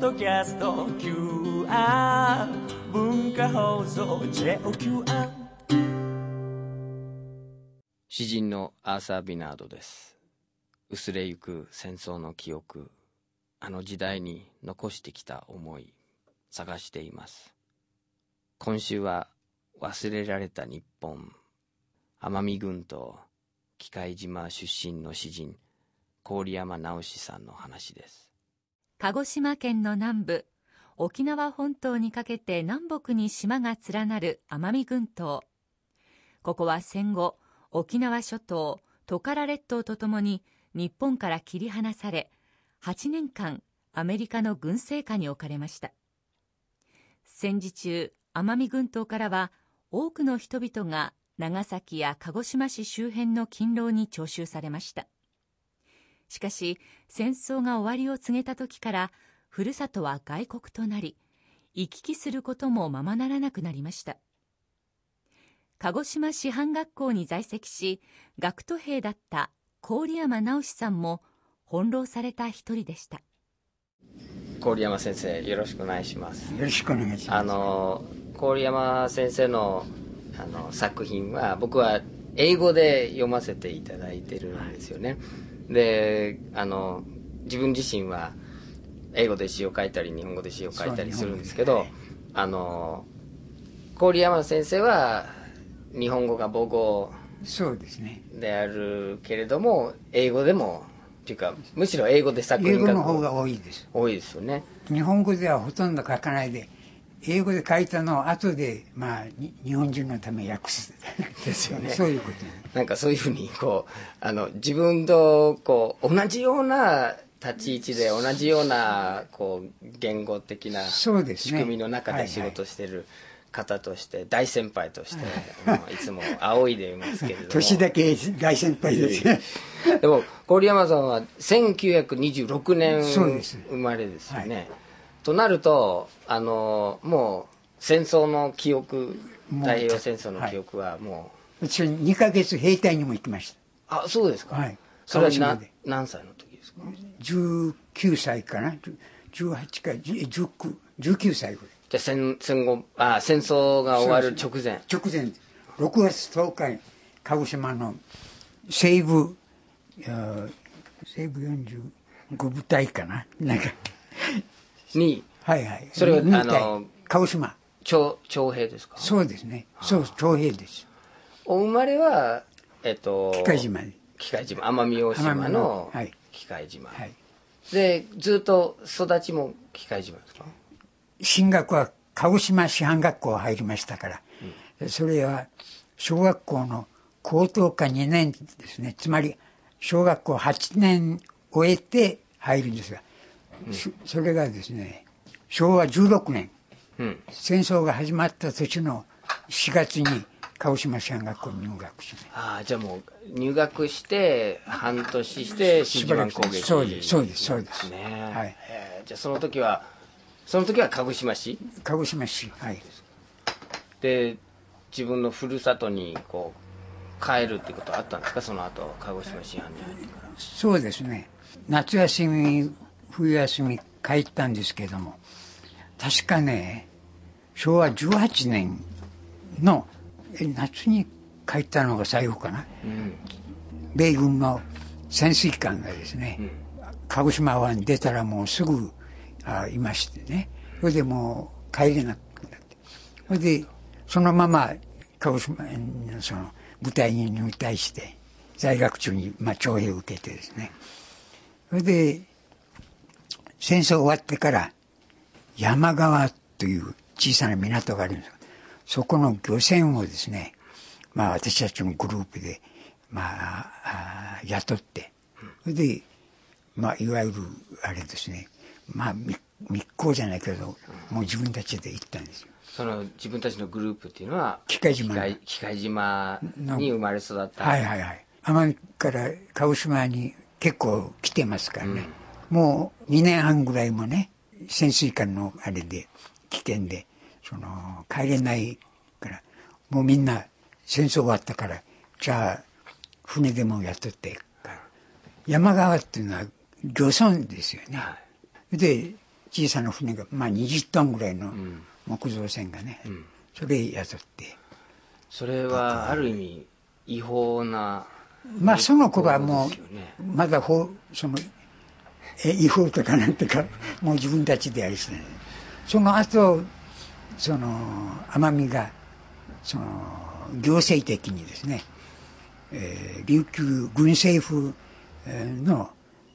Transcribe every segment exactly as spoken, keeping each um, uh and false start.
ドキャスト キューアール 文化放送 ジェイオーキューアール。 詩人のアーサー・ビナードです。薄れゆく戦争の記憶、あの時代に残してきた思い、探しています。今週は忘れられた日本、奄美群島喜界島出身の詩人郡山直さんの話です。 鹿児島県の南部、沖縄本島にかけて南北に島が連なる奄美群島。ここは戦後、沖縄諸島、トカラ列島とともに日本から切り離され、はちねんかんアメリカの軍政下に置かれました。戦時中、奄美群島からは多くの人々が長崎や鹿児島市周辺の勤労に徴収されました。しかし、戦争が終わりを告げた時から、ふるさとは外国となり、行き来することもままならなくなりました。鹿児島師範学校に在籍し、学徒兵だった郡山直さんも翻弄された一人でした。 郡山先生、よろしくお願いします。 よろしくお願いします。 あの郡山先生のあの作品は僕は英語で読ませていただいてるんですよね。で、あの自分自身は英語で詩を書いたり日本語で詩を書いたりするんですけど、あの郡山先生は日本語が母語そうですねであるけれども、英語でもっていうか、むしろ英語で作品書く英語の方が多いです。 多いですよね。 日本語ではほとんど書かないで、英語で書いたのを後で、まあ、日本人のために訳すですよね。 そういうことなんかそういうふうにこうあの自分とこう同じような立ち位置で同じようなこう言語的な仕組みの中で仕事してる方として大先輩として、はいはい、いつも仰いでいますけれども年だけ大先輩ですね。 でも郡山さんはせんきゅうひゃくにじゅうろくねん生まれですよね、はい、となるとあのもう戦争の記憶、太平洋戦争の記憶はもう、 私にかげつ兵隊にも行きました。 あ、そうですか。 はい、 それはな何歳の時ですか。 じゅうきゅうさいかな、じゅうはちかじゅうきゅう、じゅうきゅうさいぐらい。 じゃあ 戦, 戦後あ戦争が終わる直前直前ろくがつとおかに鹿児島の西部西部よんじゅうご部隊かななんかに、 はいはい、 それはあの鹿児島徴徴兵ですか。 そうですね、そう徴兵です。 お生まれはえっと喜界島で喜界島奄美大島の喜界島、 はい、 でずっと育ちも喜界島ですか。 進学は鹿児島師範学校入りましたから、うん、それは小学校の高等科にねんですね。つまり小学校はちねん終えて入るんですが、うん、それがですねしょうわじゅうろくねん、うん、戦争が始まった年のしがつに鹿児島師範学校に入学しました。 ああ、じゃあもう入学して半年して真珠湾攻撃。 そうですそうですそうですね、 はい、 じゃあその時はその時は鹿児島市鹿児島市、はい、 で自分のふるさとにこう帰るってことはあったんですか。その後鹿児島師範に入ってから。 そうですね、夏休み冬休み帰ったんですけども、確かねしょうわじゅうはちねんの夏に帰ったのが最後かな、うん、米軍の潜水艦がですね、うん、鹿児島湾に出たらもうすぐあいましてね、それでもう帰れなくなって、それでそのまま鹿児島のその部隊に入隊して在学中にまあ徴兵を受けてですね、それで戦争終わってから山川という小さな港があるんですが、そこの漁船をですね、まあ私たちのグループでまあ雇って、それでまあいわゆるあれですね、まあ密航じゃないけどもう自分たちで行ったんですよ。 その自分たちのグループっていうのは喜界島喜界島に生まれ育った。 はいはいはい。奄美から鹿児島に結構来てますからね、うん、もうにねんはんぐらいもね潜水艦のあれで危険でその帰れないから、もうみんな戦争終わったからじゃあ船でも雇って、山川っていうのは漁村ですよね、はい、で小さな船が、まあ、にじゅっトンぐらいの木造船がね、うん、それ雇って。 それはある意味違法な、 まあその子はもうまだ法そのえ違法とかなんてかもう自分たちでやりして、ね、その後その奄美がその行政的にですね、えー、琉球軍政府の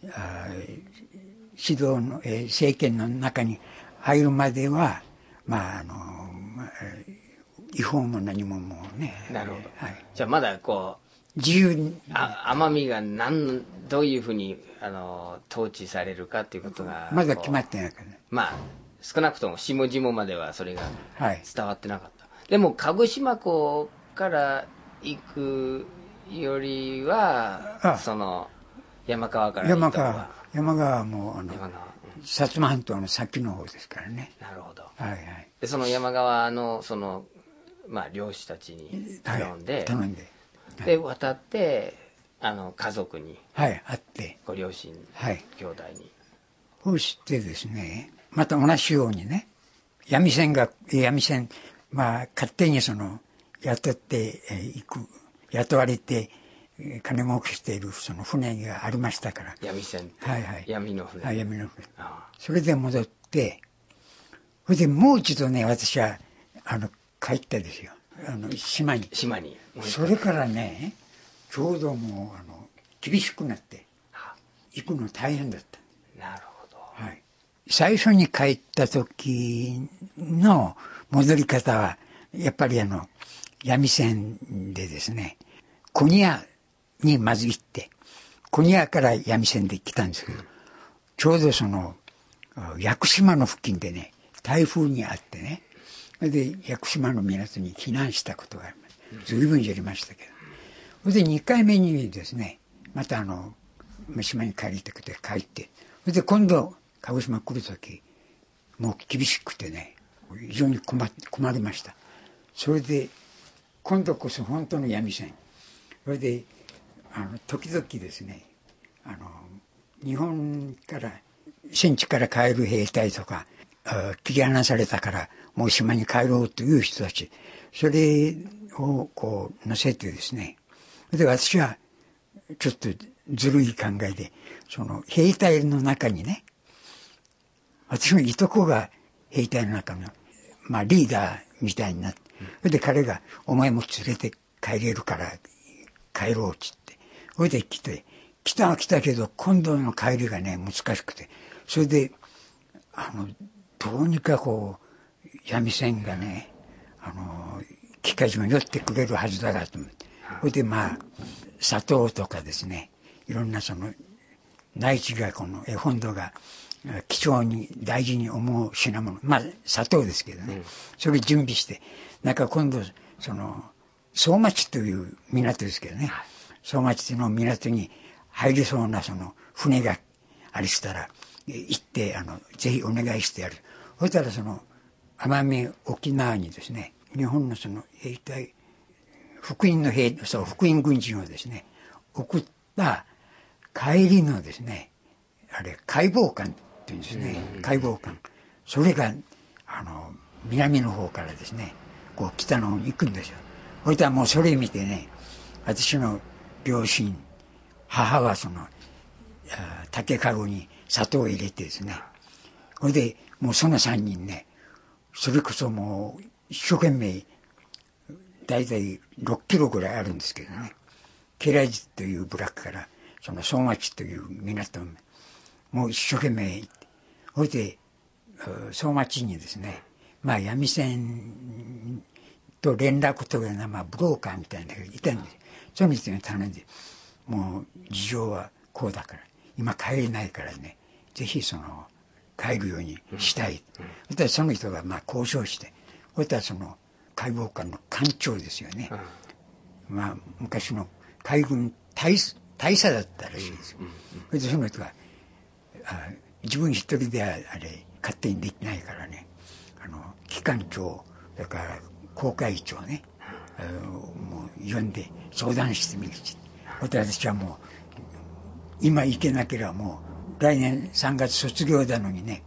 指導の、えー、政権の中に入るまではまああの、まあ、違法も何ももうね。 なるほど、はい、じゃあまだこう自由にあ奄美が何どういうふうにあの統治されるかっていうことがまだ決まってないからね。 まあ少なくとも下々まではそれが伝わってなかった、はい、でも鹿児島港から行くよりはあその山川から行った方が山川はもうあの山川、うん、薩摩半島の先の方ですからね。 なるほど、 はいはい、 でその山川のそのまあ漁師たちに頼んで、はい、 頼んで、 はい、で渡ってあの家族に、 はい、会ってご両親、 はい、 兄弟にそしてですねまた同じようにね闇船が闇船まあ勝手にその雇っていく雇われて金儲けしているその船がありましたから。 闇船って、 はいはい、 闇の船、 はい、闇の船。ああそれで戻ってそれでもう一度ね私はあの帰ったですよあの島に島にそれからねちょうどもうあの厳しくなって行くの大変だった。 なるほど、 はい、最初に帰った時の戻り方はやっぱりあの闇船でですねコニアにまず行ってコニアから闇船で来たんですけど、うん、ちょうどその屋久島の付近でね台風にあってねそれで屋久島の港に避難したことがあります。随分やりましたけど、それでにかいめにですねまたあの島に帰りたくて帰ってそれで今度鹿児島来る時もう厳しくてね非常に 困, 困りました。それで今度こそ本当の闇船それであの時々ですねあの日本から戦地から帰る兵隊とか切り離されたからもう島に帰ろうという人たちそれをこう乗せてですねで私はちょっとずるい考えでその兵隊の中にね私のいとこが兵隊の中の、まあ、リーダーみたいになってそれで彼がお前も連れて帰れるから帰ろうって言ってそれで来て来たは来たけど今度の帰りがね難しくてそれであのどうにかこう闇船がねあの機械に寄ってくれるはずだなと思ってそれでまあ砂糖とかですねいろんなその内地がこの絵本土が貴重に大事に思う品物まあ砂糖ですけどね、うん、それ準備してなんか今度その相馬町という港ですけどね相馬町の港に入りそうなその船がありしたら行ってあのぜひお願いしてやる。そしたらその奄美沖縄にですね日本のその兵隊福音の兵そう福音軍人をですね送った帰りのですねあれ解剖艦っていうんですね解剖艦それがあの南の方からですねこう北の方に行くんですよ。そしたらもうそれ見てね私の両親母はその竹かごに砂糖を入れてですねそれでもうそのさんにんねそれこそもう一生懸命だいたいろっキロぐらいあるんですけどねケラジという部落からその相馬町という港もう一生懸命行ってそれで相馬町にですねまあ闇船と連絡取るような、まあ、ブローカーみたいなのがいたんです。その人に頼んでもう事情はこうだから今帰れないからねぜひその帰るようにしたい、うんうん、そしたらその人がまあ交渉してそしたらその解剖官の艦長ですよね、うん、まあ昔の海軍大大佐だったらしいですよ、うんうん、それでその人があ自分一人であれ勝手にできないからねあの機関長それから航海長ね、うん、もう呼んで相談してみるし私はもう今行けなければもう来年さんがつ卒業なのにね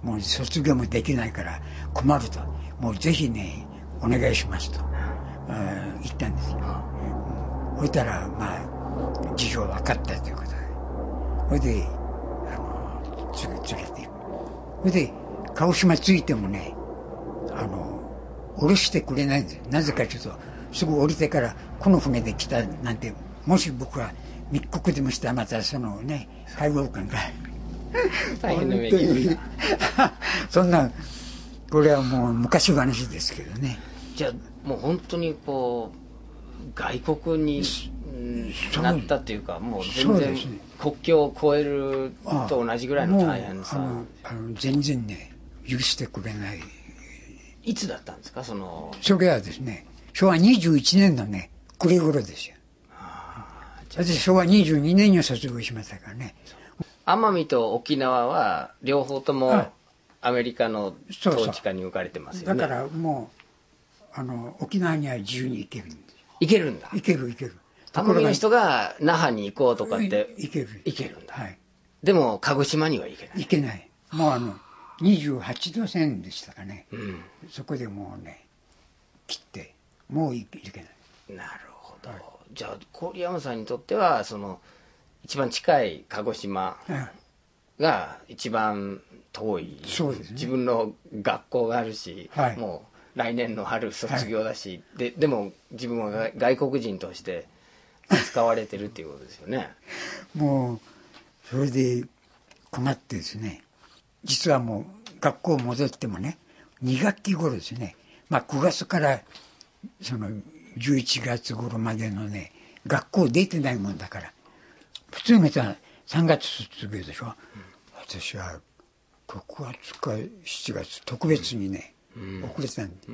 もう卒業もできないから困ると、もうぜひねお願いしますと言ったんですよ。そしたらまあ事情分かったということで、それであの連れて行く。それで鹿児島着いてもね、あの降ろしてくれないんですよ。なぜかというと、すぐ降りてからこの船で来たなんて、もし僕は密告でもしたらまたそのね海軍官が大変な目にそんな、これはもう昔話ですけどね。 じゃあもう本当にこう外国になったっていうか、もう全然国境を越えると同じぐらいの大変さ。 あのあの全然ね許してくれない。 いつだったんですか、その。 それはですね、しょうわにじゅういちねんのね暮れ頃ですよ。私しょうわにじゅうにねんに卒業しましたからね。 奄美と沖縄は両方ともアメリカの統治下に置かれてますよね。 そうそう、だからもうあの沖縄には自由に行けるんですよ。 行けるんだ。 行ける行ける。 奄美の人が那覇に行こうとかって行ける行けるんだ、 はい、 でも鹿児島には行けない。 行けない。もうあのにじゅうはちど線でしたかね、 うん、 そこでもうね切ってもう行けない。 なるほど、はい、じゃあ郡山さんにとってはその一番近い鹿児島が一番遠い、 そうですね、 自分の学校があるし、 はい、 もう来年の春卒業だし、はい、で, でも自分は外国人として使われてるっていうことですよね。 もうそれで困ってですね、実はもう学校戻ってもねに学期頃ですね、まあくがつからそのじゅういちがつ頃までのね学校出てないもんだから、普通の人はさんがつ卒業でしょ、うん、私はろくがつかしちがつ特別にね、うん、遅れたんで、うん、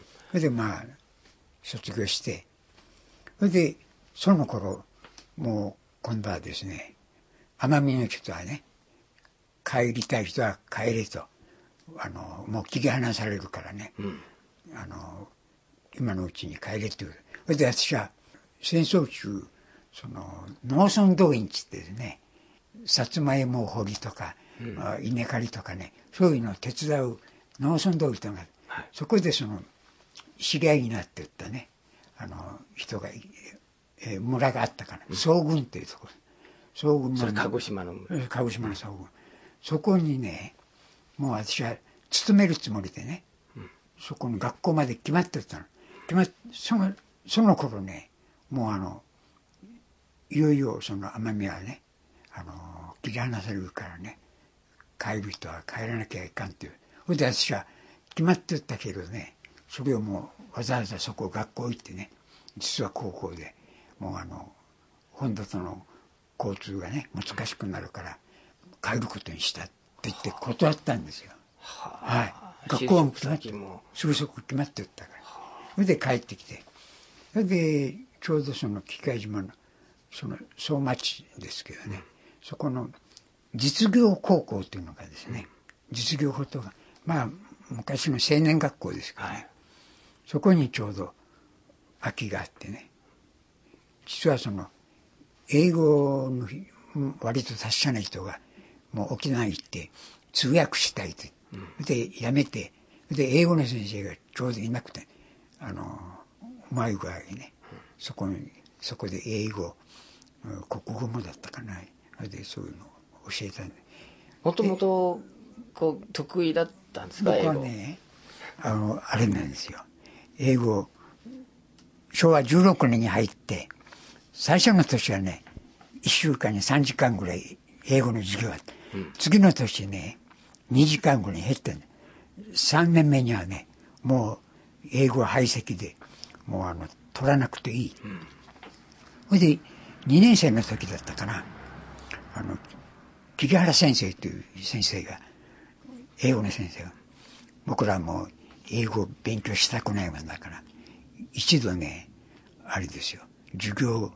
それでまあ卒業して、それでその頃もう今度はですね、奄美の人はね帰りたい人は帰れと、あのもう切り離されるからね、うん、あの今のうちに帰れっていう。それで私は戦争中その農村動員地ってですね、さつまいも掘りとか、うん、稲刈りとかね、そういうのを手伝う農村動員とか、はい、そこでその知り合いになっていったね、あの人が、えー、村があったから、うん、総軍っていうところ、総軍のそれ鹿児島の鹿児島の総軍、そこにねもう私は勤めるつもりでね、うん、そこの学校まで決まってたの。決まっそのその頃ね、もうあのいよいよその奄美はね、あの切り離されるからね、帰る人は帰らなきゃいかんっていう。それで私は決まってたけどね、それをもうわざわざそこ学校行ってね、実は高校でもうあの本土との交通がね難しくなるから帰ることにしたって言って断ったんですよ。はあ、はい。学校も決まって就職決まってったから。それで帰ってきて、それでちょうどその喜界島のその総町ですけどね、うん、そこの実業高校っていうのがですね、うん、実業高校がまあ昔の青年学校ですけどね、はい、そこにちょうど空きがあってね、実はその英語の割と達者な人がもう沖縄に行って通訳したいって、うん、で辞めて、で英語の先生がちょうどいなくて、あのうまい具合にね、そこにそこで英語、国語もだったかな、でそういうのを教えたんで。 もともとこう得意だったんですか？ 僕はね、あのあれなんですよ、英語しょうわじゅうろくねんに入って最初の年はねいっしゅうかんにさんじかんぐらい英語の授業があって、うん、次の年ねにじかんぐらい減ってん、さんねんめにはねもう英語は排斥でもうあの取らなくていい、うん、それでにねん生の時だったかな、あの桐原先生という先生が、英語の先生が、僕らも英語を勉強したくないもんだから一度ねあれですよ、授業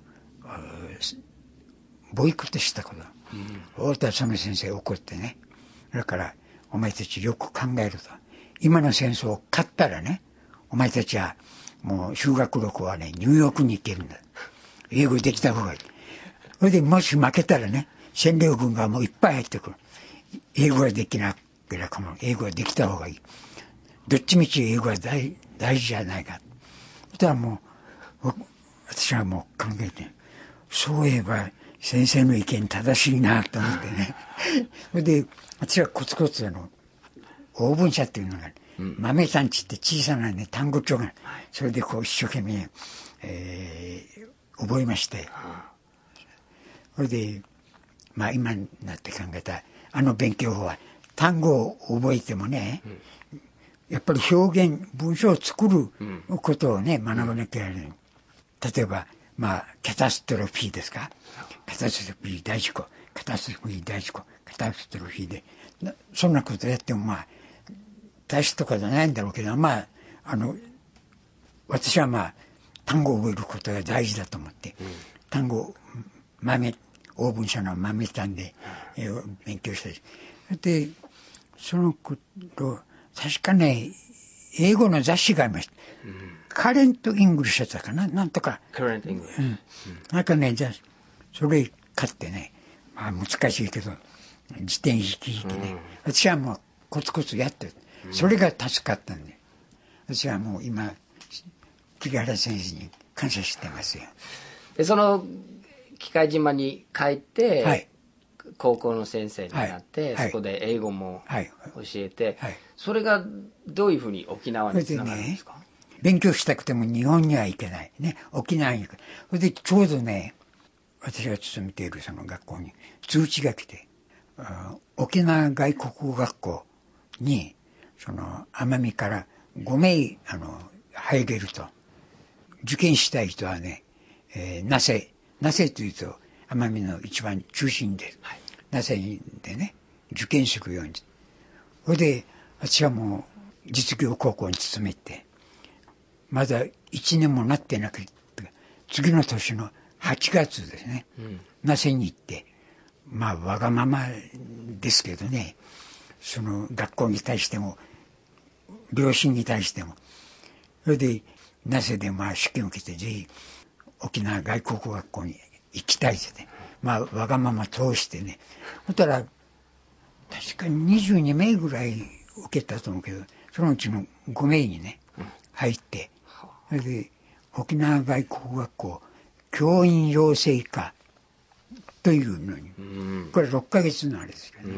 ボイコットしたこと、うん、その先生怒ってね、だからお前たちよく考えると、今の戦争を勝ったらね、お前たちはもう修学旅行はねニューヨークに行けるんだ、英語できた方がいい。それでもし負けたらね占領軍がもういっぱい入ってくる、英語ができなけれかも英語ができた方がいい。どっちみち英語は 大, 大事じゃないか。そしたらもう、私はもう考えて、そういえば先生の意見正しいなと思ってね。それで、私はコツコツあの、応文社っていうのが、うん、豆産地って小さなね、単語帳が、それでこう一生懸命、えー、覚えまして。それで、まあ今になって考えた、あの勉強法は、単語を覚えてもね、うんやっぱり表現、文章を作ることをね、学ばなきゃいけない。例えば、まあ、キャタストロフィーですか。キャタストロフィー第一項、キャタストロフィー第一項、キャタストロフィーで、そんなことやってもまあ、大事とかじゃないんだろうけど、まあ、あの、私はまあ、単語を覚えることが大事だと思って、うん、単語、豆、応文書の豆単で、えー、勉強したり。で、そのことを、確かね、英語の雑誌がありました。うん、カレント・イングリッシュだったかななんとか。 カレント・イングリッシュ。うん。 なんかね、じゃあ、それ買ってね、まあ難しいけど、辞典引き引きね、うん、私はもうコツコツやってる。それが助かったんで、私はもう今、桐原先生に感謝してますよ。 で、その、機械島に帰って、はい、高校の先生になって、はい、そこで英語も教えて、はいはい、それがどういうふうに沖縄につながるんですか？ ね、勉強したくても日本には行けないね、沖縄に行く。それでちょうどね、私が勤めているその学校に通知が来て、沖縄外国語学校にその奄美からご名あの入れると。受験したい人はね、えー、那勢那勢というと奄美の一番中心で、はい、那勢でね受験するように。それで私はもう実業高校に勤めて、まだいちねんもなってなくて、次の年のはちがつですね、うん、那勢に行って、まあわがままですけどね、その学校に対しても両親に対しても、それで那勢でまあ試験を受けて、ぜひ沖縄外国語学校に行きたいってね、まあわがまま通してね、そしたら確かににじゅうにめいぐらい受けたと思うけど、そのうちのごめいにね入って、それで沖縄外国語学校教員養成科というのに、これろっかげつのあれですよね。うん、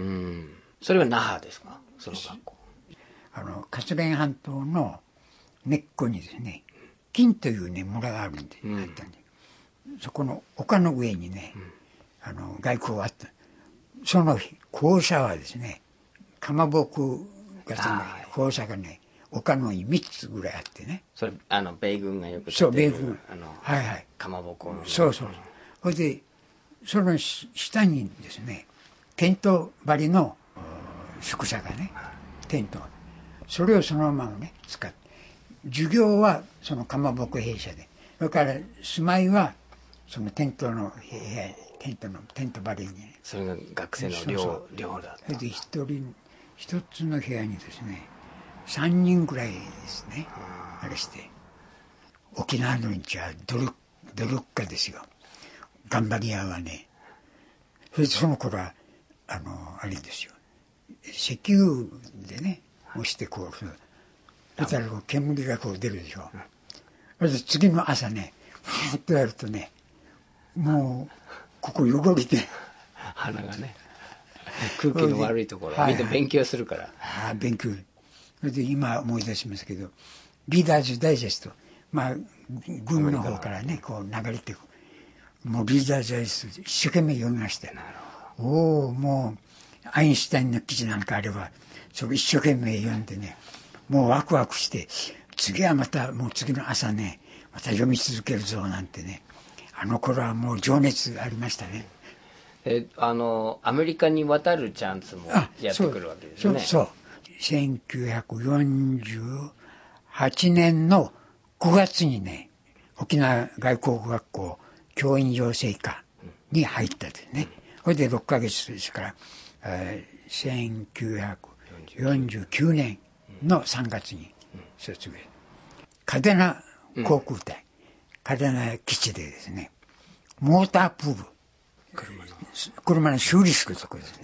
それは那覇ですか？その学校。 あの勝連半島の根っこにですね、金というね村があるんで、うん、あったんで、そこの丘の上にね、うん、あの外校があった。その校舎はですね、かまぼこ型の校舎がね、丘の上にみっつぐらいあってね。 それあの米軍がよくそう米軍あのはいはい、 かまぼこのそうそう。それでその下にですね、テント張りの宿舎がね、テント、それをそのままね使って、授業はそのかまぼこ弊社で、それから住まいはそのテントの部屋、テントのテント張りに、ね、 それが学生の寮寮だった。 それで一人一つの部屋にですねさんにんぐらいですね、あれして、沖縄の連中は努力努力家ですよ、頑張り屋はね。それでその頃はあのあれですよ、石油でね押してこう、そしたら煙がこう出るでしょ。それで次の朝ねふーっとやるとね、もうここ汚れて鼻がね、空気の悪いところ、みんな勉強するから。 ああ勉強。それで今思い出しますけど、リーダーズダイジェスト、まあ軍の方からねこう流れていく、もうリーダーズダイジェスト一生懸命読みまして、おお、もうアインシュタインの記事なんかあればそれ一生懸命読んでね、もうワクワクして、次はまたもう次の朝ねまた読み続けるぞなんてね、あの頃はもう情熱ありましたね。 えあのアメリカに渡るチャンスもやってくるわけですね。 そうそうそう、せんきゅうひゃくよんじゅうはちねんのくがつにね、沖縄外国語学校教員養成科に入ったんですね。それでろっかげつですから、えー、せんきゅうひゃくよんじゅうきゅうねんのさんがつに卒業。嘉手納航空隊、嘉手納基地でですね、モータープール、車の修理するところですね、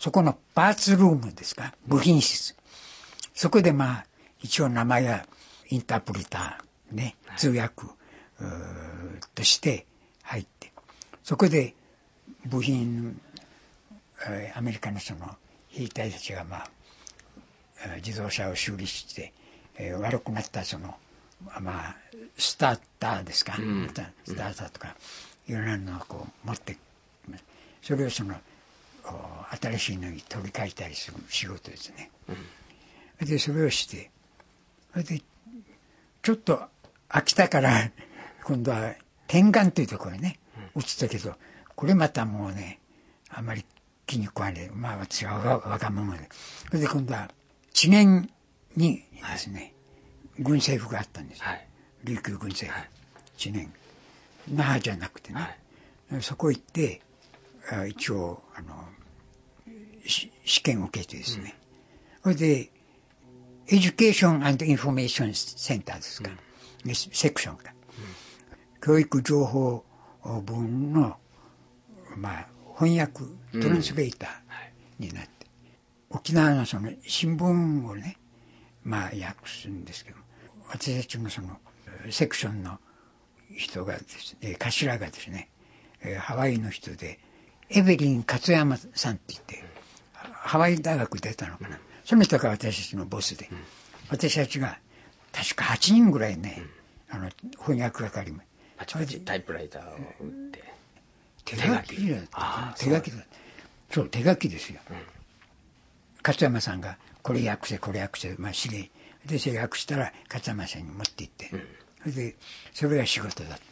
そこのパーツルームですか、部品室。そこでまあ、一応名前やインタープリター、ね、通訳として入って、そこで部品、アメリカのその兵隊たちがまあ、自動車を修理して、えー、悪くなったその、まあ、スターターですか、うん、スターターとか、いろんなのをこう持ってそれをその新しいのに取り替えたりする仕事ですね、うん、でそれをしてそれでちょっと飽きたから今度は天眼というところにね移ったけど、これまたもうねあまり気に食わない。まあ私は若者で、それで今度は知念にですね、はい、軍政府があったんですよ、はい、琉球軍政府、はい、知念那覇じゃなくてね、はい、そこ行って一応あの試験を受けてですね、それ、うん、でエデュケーション&インフォメーションセンターですか、うん、セクションが、うん、教育情報文の、まあ、翻訳トランスレーターになって、うん、沖縄のその新聞をね、まあ訳すんですけど、私たちのそのセクションの人がですね、頭がですね、ハワイの人でエベリン勝山さんって言って、ハワイ大学出たのかな、その人が私たちのボスで、私たちが確かはちにんぐらいね、あの翻訳係もパチパチタイプライターを打って手書きだったかな、手書きだった、そう手書きですよ、うん、勝山さんがこれ訳せこれ訳せ、まあ指令でそれ訳したら勝山さんに持って行って、うん、それでそれが仕事だった、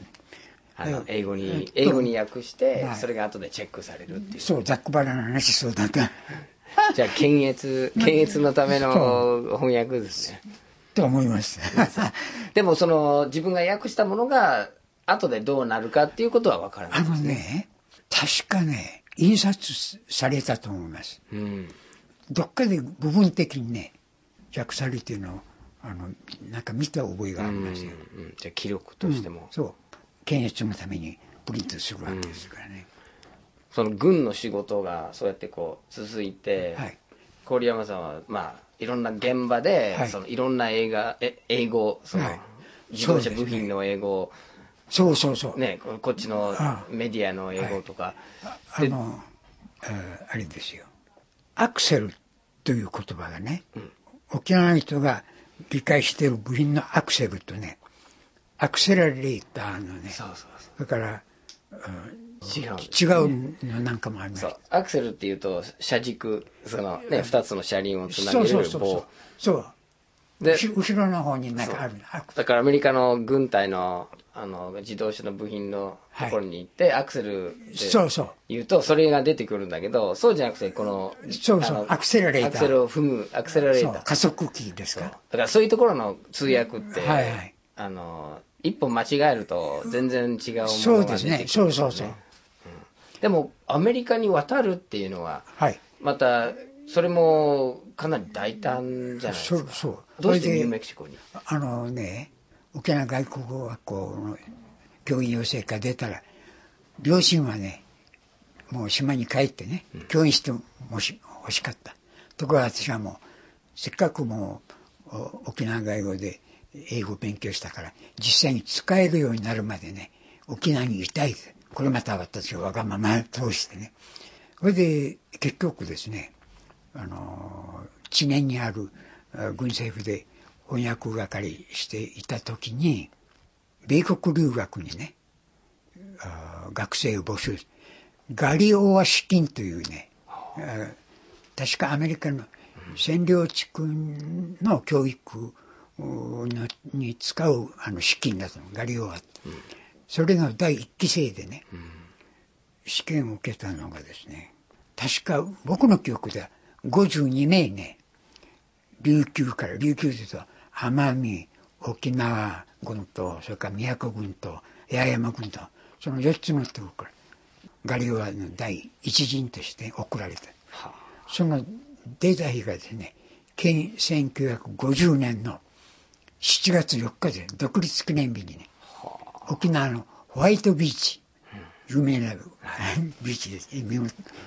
あの英語に英語に訳して、まあ、それが後でチェックされるっていう、 そうざっくばらんの話そうだったじゃあ検閲検閲のための翻訳ですねと思いますでもその自分が訳したものが後でどうなるかっていうことは分からないですね。 あのね、確かね印刷されたと思います、うん、どっかで部分的にね訳されてるのをあのなんか見た覚えがありますよ、 うんうん、じゃあ記録としても、うん、 そう検閲のためにプリントするわけですからね、うん、 その軍の仕事がそうやってこう続いて、はい、郡山さんはまあいろんな現場で、はい、そのいろんな映画え英語その、はい、自動車部品の英語、 そうそうそうね、こっちのメディアの英語とか、 あ、あの あ, あれですよ、アクセルという言葉がね、うん、沖縄の人が理解している部品のアクセルとね、アクセラレーターのね、 そうそうそう、 だから、 違う、 違うのなんかもあります。 そう、アクセルっていうと車軸、そのね、二つの車輪をつなげる棒、そうそうそうそうで後ろの方になんかある、 だからアメリカの軍隊のあの自動車の部品のところに行って、はい、アクセルで言うとそれが出てくるんだけど、そうじゃなくてこのそうそうアクセラレーター、 アクセルを踏むアクセラレーター、 加速器ですか。 だからそういうところの通訳って、はいはい、あの一歩間違えると全然違うものが出てくる、ね、 そうですね、そうそうそう、うん、 でもアメリカに渡るっていうのは、はい、またそれもかなり大胆じゃないですか。そうそう、どうしてニューメキシコに。 あのね、沖縄外国語学校の教員養成科出たら両親はねもう島に帰ってね、うん、教員してもし欲しかった。ところが私はもうせっかくもう沖縄外語で英語を勉強したから実際に使えるようになるまでね沖縄にいたい。これまた私はわがまま通してね、それで結局ですね、あの知念にある軍政府で翻訳係していた時に米国留学にね学生を募集、ガリオア資金というね、確かアメリカの占領地区の教育に使うあの資金だと、ガリオア、うん、それの第一期生でね、うん、試験を受けたのがですね、確か僕の記憶ではごじゅうにめいね、琉球から琉球というと奄美、沖縄軍とそれから宮古軍と八重山軍とそのよっつのところからガリオアの第一陣として送られた、はあ、その出た日がですねせんきゅうひゃくごじゅうねんのしちがつよっかで独立記念日にね、はあ、沖縄のホワイトビーチ、うん、有名なビーチですね、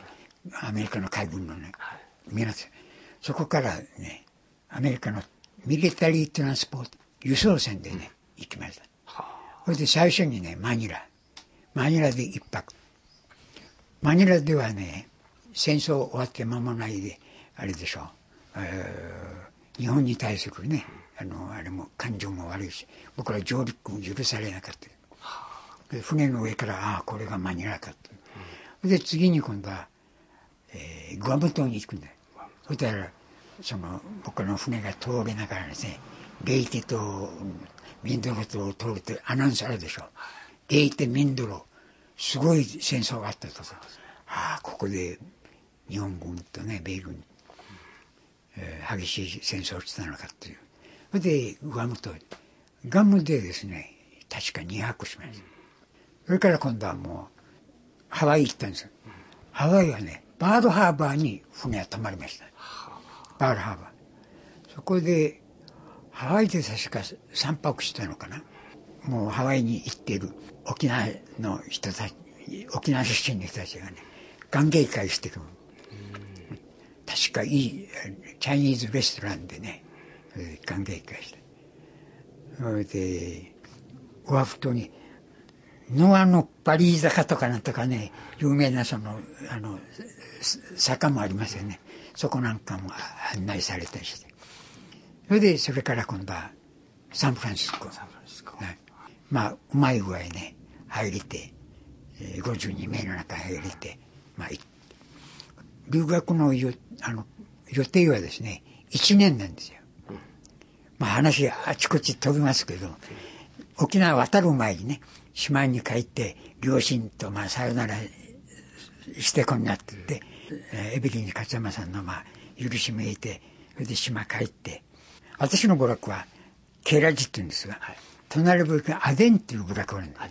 アメリカの海軍のね、 はい、 皆さんそこからねアメリカのミリタリートランスポート輸送船でね、うん、行きました。それで最初にねマニラマニラで一泊。マニラではね戦争終わって間もないであれでしょう、えー、日本に対するねあのあれも感情も悪いし僕ら上陸も許されなかった。で船の上からああこれがマニラかと、うん、で次に今度は、えー、グアム島に行くんだよ。そしたらその僕の船が通れながらですねゲイテとミンドロ島を通るってアナウンスあるでしょ。ゲイテミンドロすごい戦争があったとか、ああここで日本軍とね米軍、えー、激しい戦争をしてたのかっていう。それでグアム島グアムでですね確かに泊しました。それから今度はもうハワイ行ったんですよ。ハワイはねバードハーバーに船は止まりました。バードハーバーそこでハワイで確かさんぱくしたのかな。もうハワイに行っている沖縄の人たち沖縄出身の人たちがね歓迎会してる。確かいいチャイニーズレストランでね歓迎会してそれでオアフ島にノアのパリー坂とかなんとかね有名なそのあの坂もありますよね。そこなんかも案内されたりしてそれでそれから今度はサンフランシスコサンフランシスコ、はい、まあうまい具合ね入れてごじゅうにめいの中入れて、まあ、留学のよあの予定はですねいちねんなんですよ。まあ話あちこち飛びますけど沖縄渡る前にね島に帰って両親とまあさよならしてこになってて、エベリン勝山さんのまあ許しめいてそれで島帰って私の部落はケラジって言うんですが、はい、隣部落がアデンっていう部落があるんです。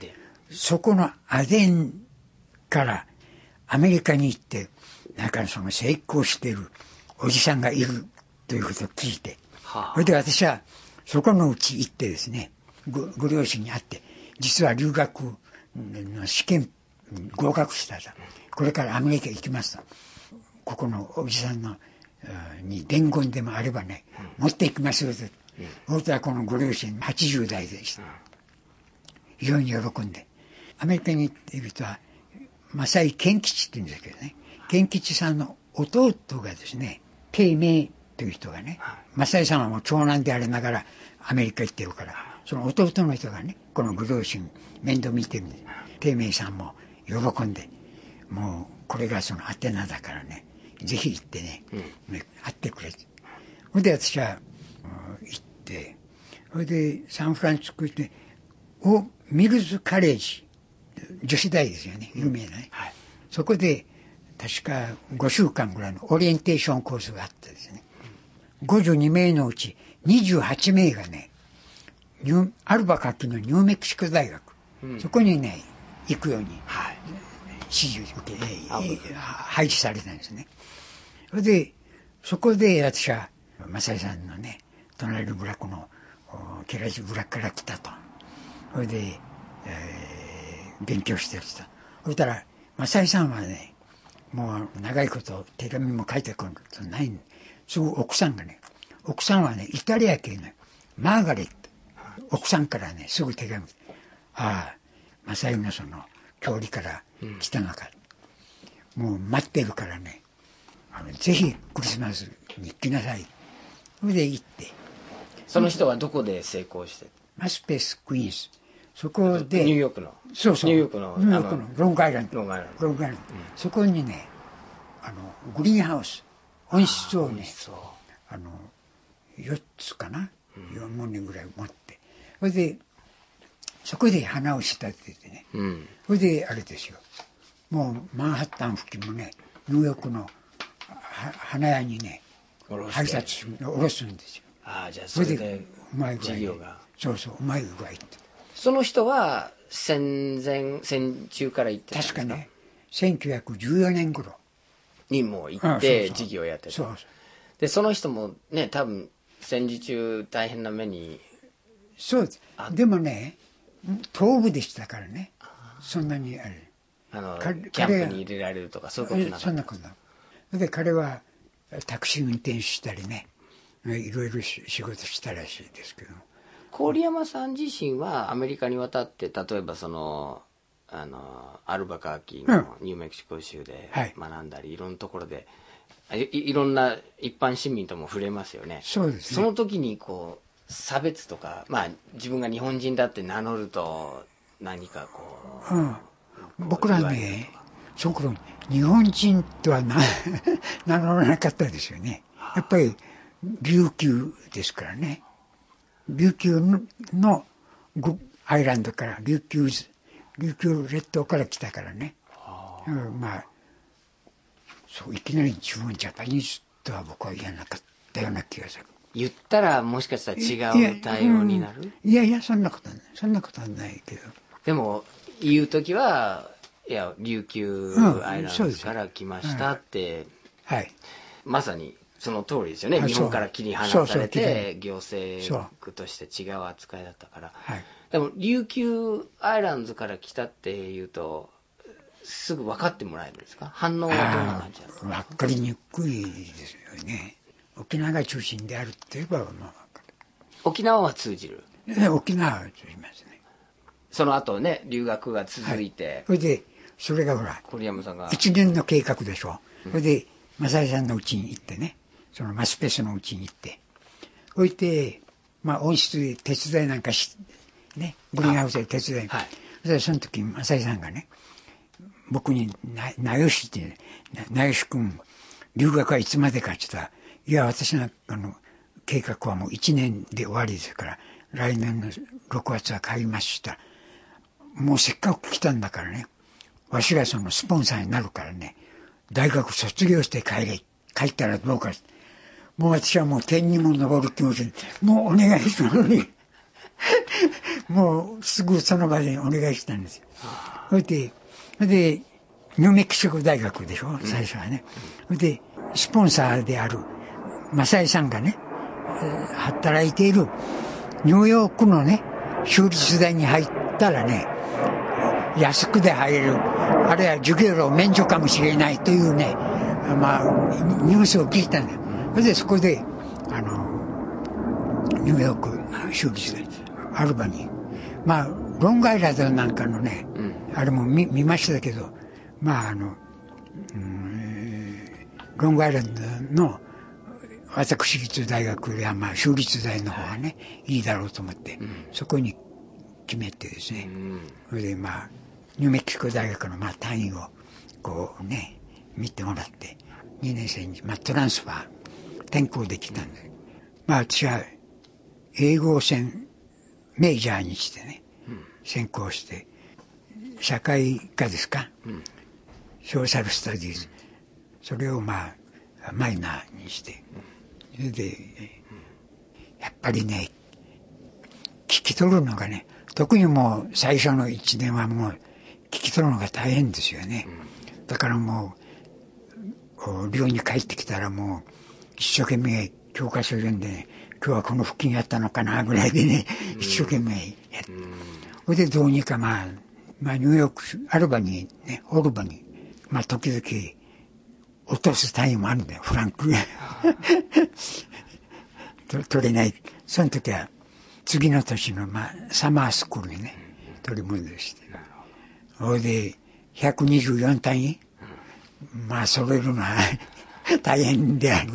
そこのアデンからアメリカに行ってなんかその成功しているおじさんがいるということを聞いて、はあ、それで私はそこのうち行ってですね ご, ご両親に会って実は留学の試験合格したとこれからアメリカ行きますとここのおじさんのに伝言でもあればね、うん、持っていきますよと、うん、そしたらこのご両親はちじゅう代でした、うん、非常に喜んでアメリカに行っている人はマサイケン吉って言うんですけどねケン吉さんの弟がですねテイメイという人がね、はい、マサイさんはもう長男でありながらアメリカ行ってるからその弟の人がねこのご両親面倒見てるんですテイメイさんも喜んでもうこれがそのアテナだからねぜひ行ってね、うん、会ってくれてそれで私は行ってそれでサンフランシスコ行っておミルズカレッジ女子大ですよね有名なね、はい、そこで確かごしゅうかんぐらいのオリエンテーションコースがあってですねごじゅうにめいのうちにじゅうはちめいがねニュアルバカキのニューメキシコ大学、うん、そこにね行くように、はい、指示を受け、えー、配置されたんですね。それでそこで私はマサイさんのね隣の部落のケラジ部落から来たとそれで、えー、勉強してるとそしたらマサイさんはねもう長いこと手紙も書いてくることないんですぐ奥さんがね奥さんはねイタリア系のマーガレット奥さんからねすぐ手紙ああマサイのその郷里から来たのか、うん、もう待ってるからねあのぜひクリスマスに来なさいそれで行ってその人はどこで成功してマスペースクイーンズそこでニューヨークのそうそうニューヨークのニューヨークのロングアイランドロングアイランド、 ロングアイランド、うん、そこにねあのグリーンハウス温室をねあのよっつかな、うん、よんもんぐらい持ってそれでそこで花を仕立ててね、うん、それであれですよもうマンハッタン付近もねニューヨークの花屋にね配達下ろすんですよ。 ああじゃあそれで事業がそうそううまい具合ってその人は戦前戦中から行ってたんですか。 確かねせんきゅうひゃくじゅうよねん頃にも行って事業をやってた。 そうそうでその人もね多分戦時中大変な目にそうですでもね東部でしたからねそんなにあれあのキャンプに入れられるとかそういうことなかった。 そんなことで彼はタクシー運転手したりね、いろいろ仕事したらしいですけど。 郡山さん自身はアメリカに渡って例えばそのあのアルバカーキのニューメキシコ州で学んだり、うん、いろんなところで い, いろんな一般市民とも触れますよね。 そうですね。 その時にこう差別とか、まあ、自分が日本人だって名乗ると何かこう、うん、 僕らねその頃日本人とは 名, 名乗らなかったですよね。やっぱり琉球ですからね。琉球のアイランドから琉球琉球列島から来たからね、うん、まあそういきなり自分ジャパニーズとは僕は言わなかったような気がする。 言ったらもしかしたら違う対応になる。 いやいやそんなことはないそんなことはないけど、 でも言う時はいや琉球アイランドから来ましたって、うん、はい、まさにその通りですよね。日本から切り離されて行政区として違う扱いだったから、はい、でも琉球アイランドから来たっていうとすぐ分かってもらえるんですか？反応はどんな感じなんですか？ 分かりにくいですよね。沖縄が中心であるって言えば、まあ、分かる。 沖縄は通じる？ 沖縄は通じますね。 その後ね留学が続いて、はい、 それでそれがほら郡山さんがいちねんの計画でしょ、うん、それで正井さんのうちに行ってね、そのマスペースのうちに行って置いて、まあ温室で手伝いなんかしね、グリーンハウスで手伝い、はい、そ, その時正井さんがね僕になよしってなよし君留学はいつまでかって言ったら、いや私のあの計画はもういちねんで終わりですから来年のろくがつは帰りますしたら、もうせっかく来たんだからね、わしがそのスポンサーになるからね、大学卒業して帰れ帰ったらどうか。もう私はもう天にも昇る気持ちでもうお願いしたのにもうすぐその場でお願いしたんですよ。それでそれでニューメキシコ大学でしょ最初はね、それでスポンサーである正井さんがね働いているニューヨークのね州立大に入ったらね安くで入れる、あるいは授業料免除かもしれないというね、まあニュースを聞いたんだよ。それでそこであのニューヨーク州立大アルバニー、まあロングアイランドなんかのね、うん、あれも 見, 見ましたけど、まああの、うん、ロングアイランドの私立大学やまあ州立大の方がねいいだろうと思って、うん、そこに決めてですね、うん、それでまあニューメキシコ大学のまあ単位をこうね見てもらってにねん生にまあトランスファー転校できたんで、まあ私は英語を専メジャーにしてね、うん、専攻して社会科ですか、うん、ソーシャルスタディーズ、それをまあマイナーにして、それでやっぱりね聞き取るのがね、特にもう最初のいちねんはもう聞き取るのが大変ですよね。だからもう寮に帰ってきたらもう一生懸命教科書読んで、ね、今日はこの付近やったのかなぐらいでね、一生懸命やって、それでどうにかまあ、まあニューヨークアルバニーね、オルバニー、まあ時々落とす単位もあるんだよ、フランク取れない。その時は次の年の、まあ、サマースクールにね取り戻して、それでひゃくにじゅうよん単位、まあ揃えるのは大変である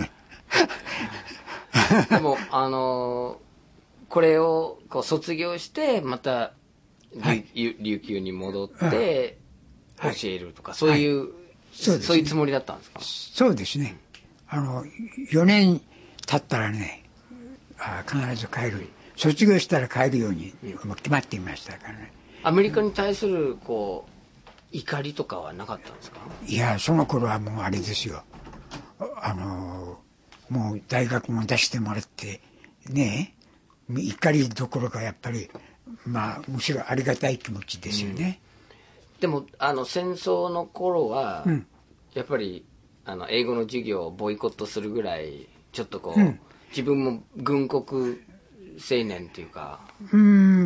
でもあのこれをこう卒業してまた、はい、琉球に戻って教えるとか、はい、そういう、はい、そうですね、そういうつもりだったんですか？ そうですね。あのよねん経ったらね、あ必ず帰る、卒業したら帰るように決まっていましたからね。 アメリカに対するこう怒りとかはなかったんですか？ いやその頃はもうあれですよ、あのもう大学も出してもらってね、怒りどころかやっぱりまあむしろありがたい気持ちですよね、 うん、でもあの戦争の頃は、うん、やっぱりあの英語の授業をボイコットするぐらいちょっとこう、うん、自分も軍国青年というか、うん、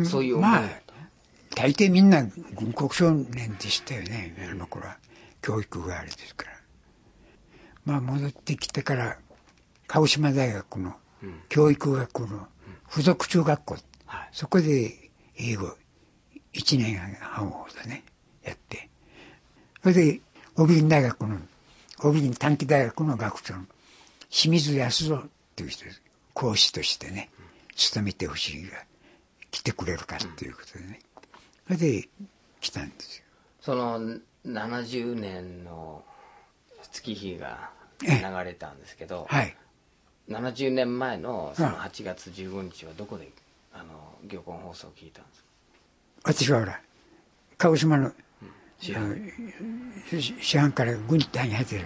そういう思いだった、まあ、 大抵みんな軍国少年でしたよね、あの頃は教育があれですから。 まあ戻ってきてから鹿児島大学の教育学部の附属中学校、はい、そこで英語いちねんはんほどねやって、それで小桐大学の小桐短期大学の学長の清水康蔵という人です。講師としてね勤めてほしいが来てくれるかということでね、それで来たんですよ。 そのななじゅうねんの月日が流れたんですけど、はい、ななじゅうねんまえのそのはちがつじゅうごにちはどこであの漁港放送を聞いたんですか？ 私はほら鹿児島の、うん、 師範師範から軍隊に入ってる、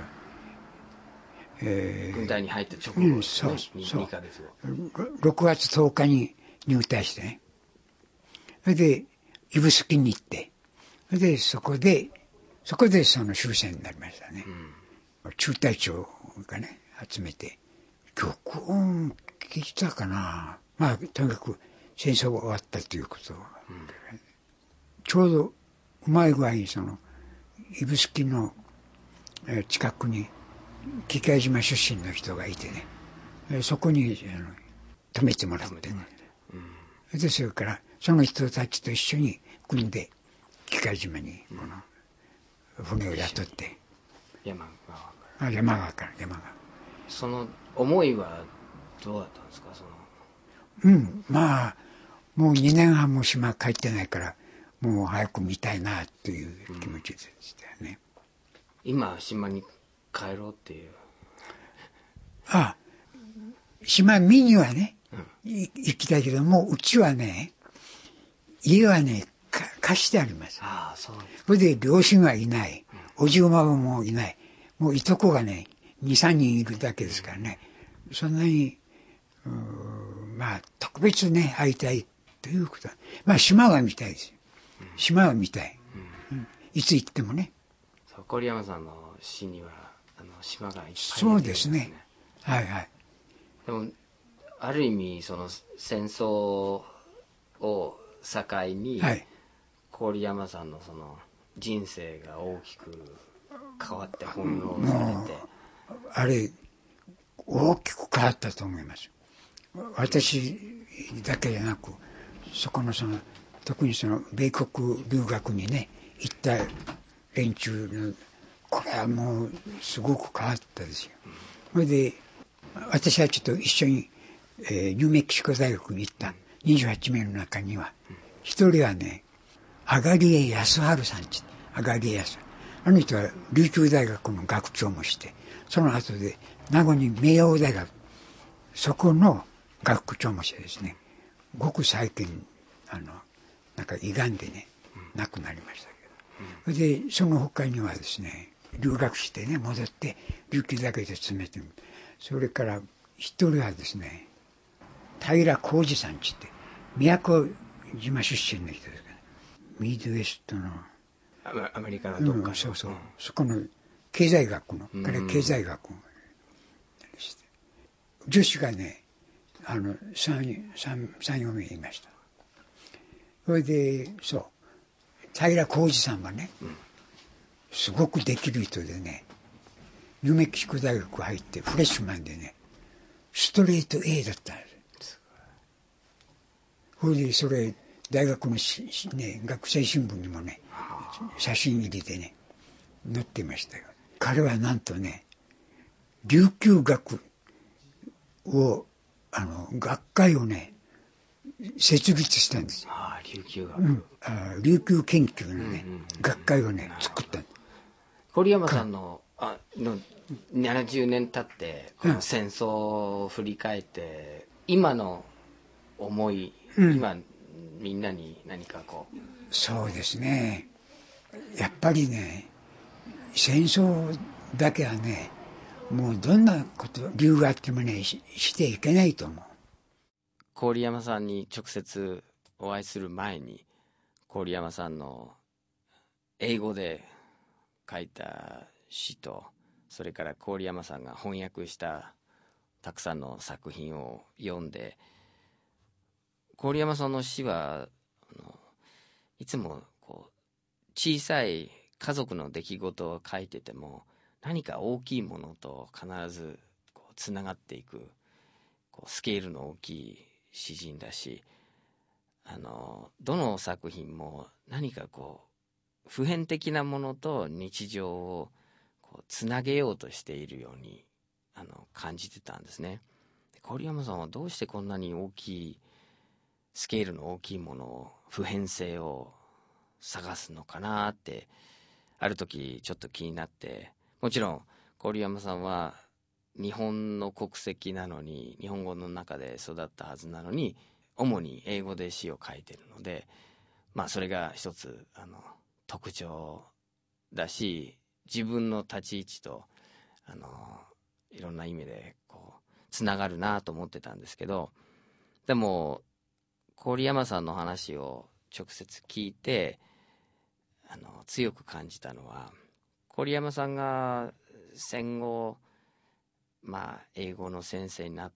えー、軍隊に入って直後、ね、うん、そうそうにかげつごろくがつとおかに入隊してね、それで指宿に行って、それでそこでそこでその終戦になりましたね、うん、中隊長がね集めて曲音聞いたかな、まあとにかく戦争が終わったということを、うん、ちょうどうまい具合にその指宿の近くに機械島出身の人がいてね、そこにあの泊めてもらってね、うん、でそれからその人たちと一緒に組んで機械島にこの船を雇って、 うん、山川から山川から山川その思いはどうだったんですか？そのうんまあもうにねんはんも島帰ってないからもう早く見たいなという気持ちでしたよね、 うん、今島に帰ろうっていうああ島見にはね、うん、行きたいけどもうちはね家はね貸してあります。 ああそうです。 それで両親はいない、うん、おじおまもいない、もういとこがねにさんにんいるだけですからね、そんなにまあ特別ね会いたいということはまあ島は見たいですよ、うん、島は見たい、うんうん、いつ行ってもね。 そう郡山さんの詩にはあの島がいっぱい出てるんですね。 そうですね、はいはい。 でもある意味その戦争を境に、はい、郡山さんのその人生が大きく変わって翻弄されて、 あれ大きく変わったと思います。私だけじゃなくそこのその特にその米国留学にね行った連中のこれはもうすごく変わったですよ。それで私はちょっと一緒に、えー、ニューメキシコ大学に行ったにじゅうはちめいの中には一人はね上江康晴さんち、上江康あの人は琉球大学の学長もして、その後で名護に明王大学そこの学長もしてですね、ごく最近あのなんか胃がんでね亡くなりましたけど、でその他にはですね留学してね戻って琉球大学で勤めてる。それから一人はですね平浩二さんちって宮古島出身の人ですから、ね、ミッドウェストのアメリカのどっか、 うん、そうそう、うん、そこの経済学の彼経済学をして、女子がねあのさんよんめいいました。それでそう平浩二さんはね、うん、すごくできる人でねニューメキシコ大学入ってフレッシュマンでねストレート A だったんです。それでそれ大学のし、ね、学生新聞にもね写真入りでね載ってましたよ。彼はなんとね琉球学をあの学会をね設立したんですよ。 ああ琉球学、 うん、あ琉球研究のね、うんうんうん、学会をね作った。 郡山さんのあのななじゅうねん経ってこの戦争を振り返って、うん、今の思い、うん、今みんなに何かこう。 そうですね、やっぱりね戦争だけはねもうどんなこと理由があってもね し, していけないと思う。 郡山さんに直接お会いする前に郡山さんの英語で書いた詩とそれから郡山さんが翻訳したたくさんの作品を読んで、郡山さんの詩はあのいつもこう小さい家族の出来事を書いてても何か大きいものと必ずこうつながっていくこうスケールの大きい詩人だし、あのどの作品も何かこう普遍的なものと日常をこうつなげようとしているようにあの感じてたんですね。郡山さんはどうしてこんなに大きいスケールの大きいものを普遍性を探すのかなってある時ちょっと気になって、もちろん郡山さんは日本の国籍なのに日本語の中で育ったはずなのに主に英語で詩を書いてるので、まあそれが一つあの特徴だし、自分の立ち位置とあのいろんな意味でこうつながるなと思ってたんですけど、でも郡山さんの話を直接聞いてあの強く感じたのは、郡山さんが戦後まあ英語の先生になって、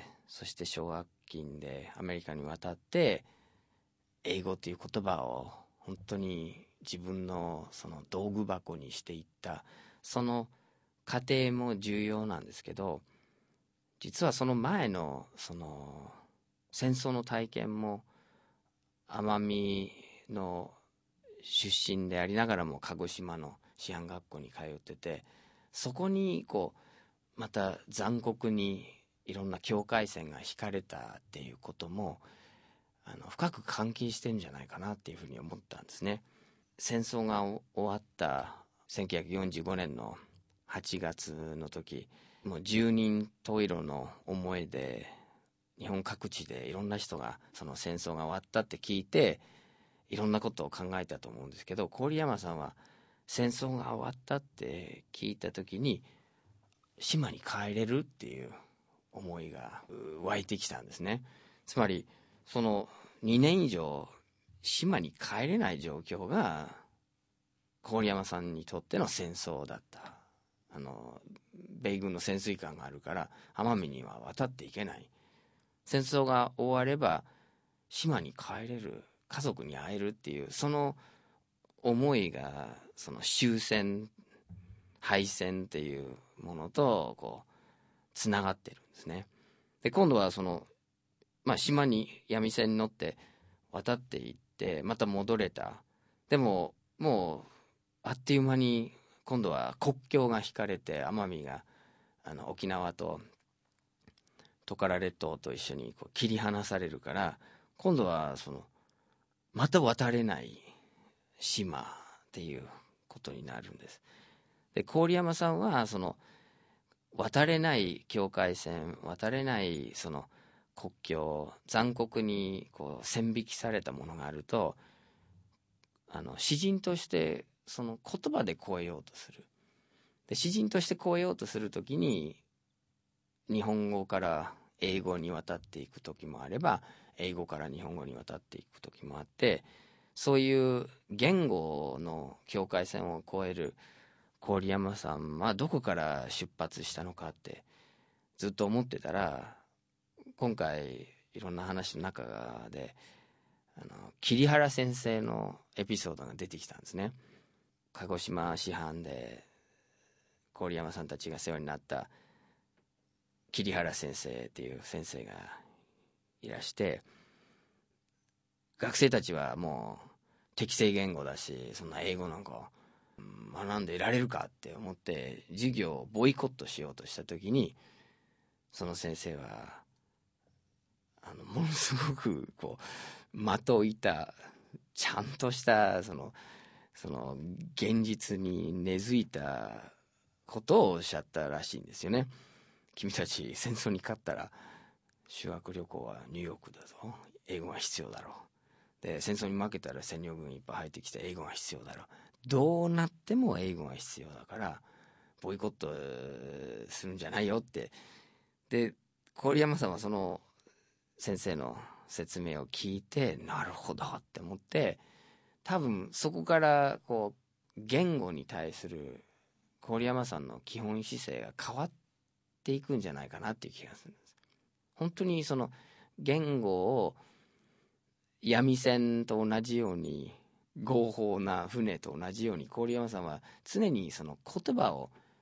そして奨学金でアメリカに渡って英語という言葉を本当に自分のその道具箱にしていった、その過程も重要なんですけど、実はその前のその戦争の体験も奄美の出身でありながらも鹿児島の師範学校に通ってて、そこにこうまた残酷にいろんな境界線が引かれたっていうこともあの深く関係してるんじゃないかなっていうふうに思ったんですね。戦争が終わったせんきゅうひゃくよんじゅうごねんのはちがつの時、もう十人十色の思いで日本各地でいろんな人がその戦争が終わったって聞いていろんなことを考えたと思うんですけど、郡山さんは戦争が終わったって聞いた時に島に帰れるっていう思いが湧いてきたんですね。つまりそのにねん以上島に帰れない状況が郡山さんにとっての戦争だった。あの米軍の潜水艦があるから奄美には渡っていけない。戦争が終われば島に帰れる、家族に会えるっていうその思いがその終戦敗戦っていうものとこうつながってるんですね。で今度はその、まあ、島に闇線に乗って渡っていってまた戻れた。でももうあっという間に今度は国境が引かれて奄美があの沖縄とトカラ列島と一緒にこう切り離されるから、今度はそのまた渡れない島っていうことになるんです。で郡山さんはその渡れない境界線、渡れないその国境、残酷にこう線引きされたものがあると、あの詩人としてその言葉で超えようとする。で詩人として超えようとするときに日本語から英語に渡っていく時もあれば英語から日本語に渡っていく時もあって、そういう言語の境界線を越える郡山さんはどこから出発したのかってずっと思ってたら、今回いろんな話の中であの桐原先生のエピソードが出てきたんですね。鹿児島師範で郡山さんたちが世話になった桐原先生っていう先生がいらして、学生たちはもう適正言語だしそんな英語なんか学んでいられるかって思って授業をボイコットしようとした時に、その先生はあのものすごくこう的を射たちゃんとしたそのその現実に根付いたことをおっしゃったらしいんですよね。君たち戦争に勝ったら修学旅行はニューヨークだぞ、英語が必要だろう。で戦争に負けたら占領軍いっぱい入ってきて英語が必要だろう。どうなっても英語が必要だからボイコットするんじゃないよって。で郡山さんはその先生の説明を聞いてなるほどって思って、多分そこからこう言語に対する郡山さんの基本姿勢が変わっていくんじゃないかなっていう気がするんです。本当にその言語を闇線と同じように合法な船と同じように郡山さんは常にその言葉を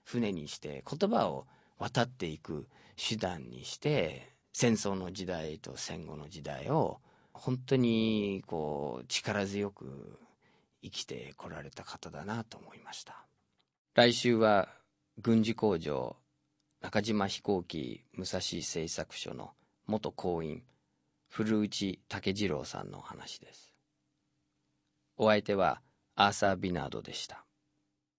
船にして言葉を渡っていく手段にして、戦争の時代と戦後の時代を本当にこう力強く生きてこられた方だなと思いました。来週は軍事工場中島飛行機武蔵製作所の元工員古内武次郎さんのお話です。お相手はアーサー・ビナードでした。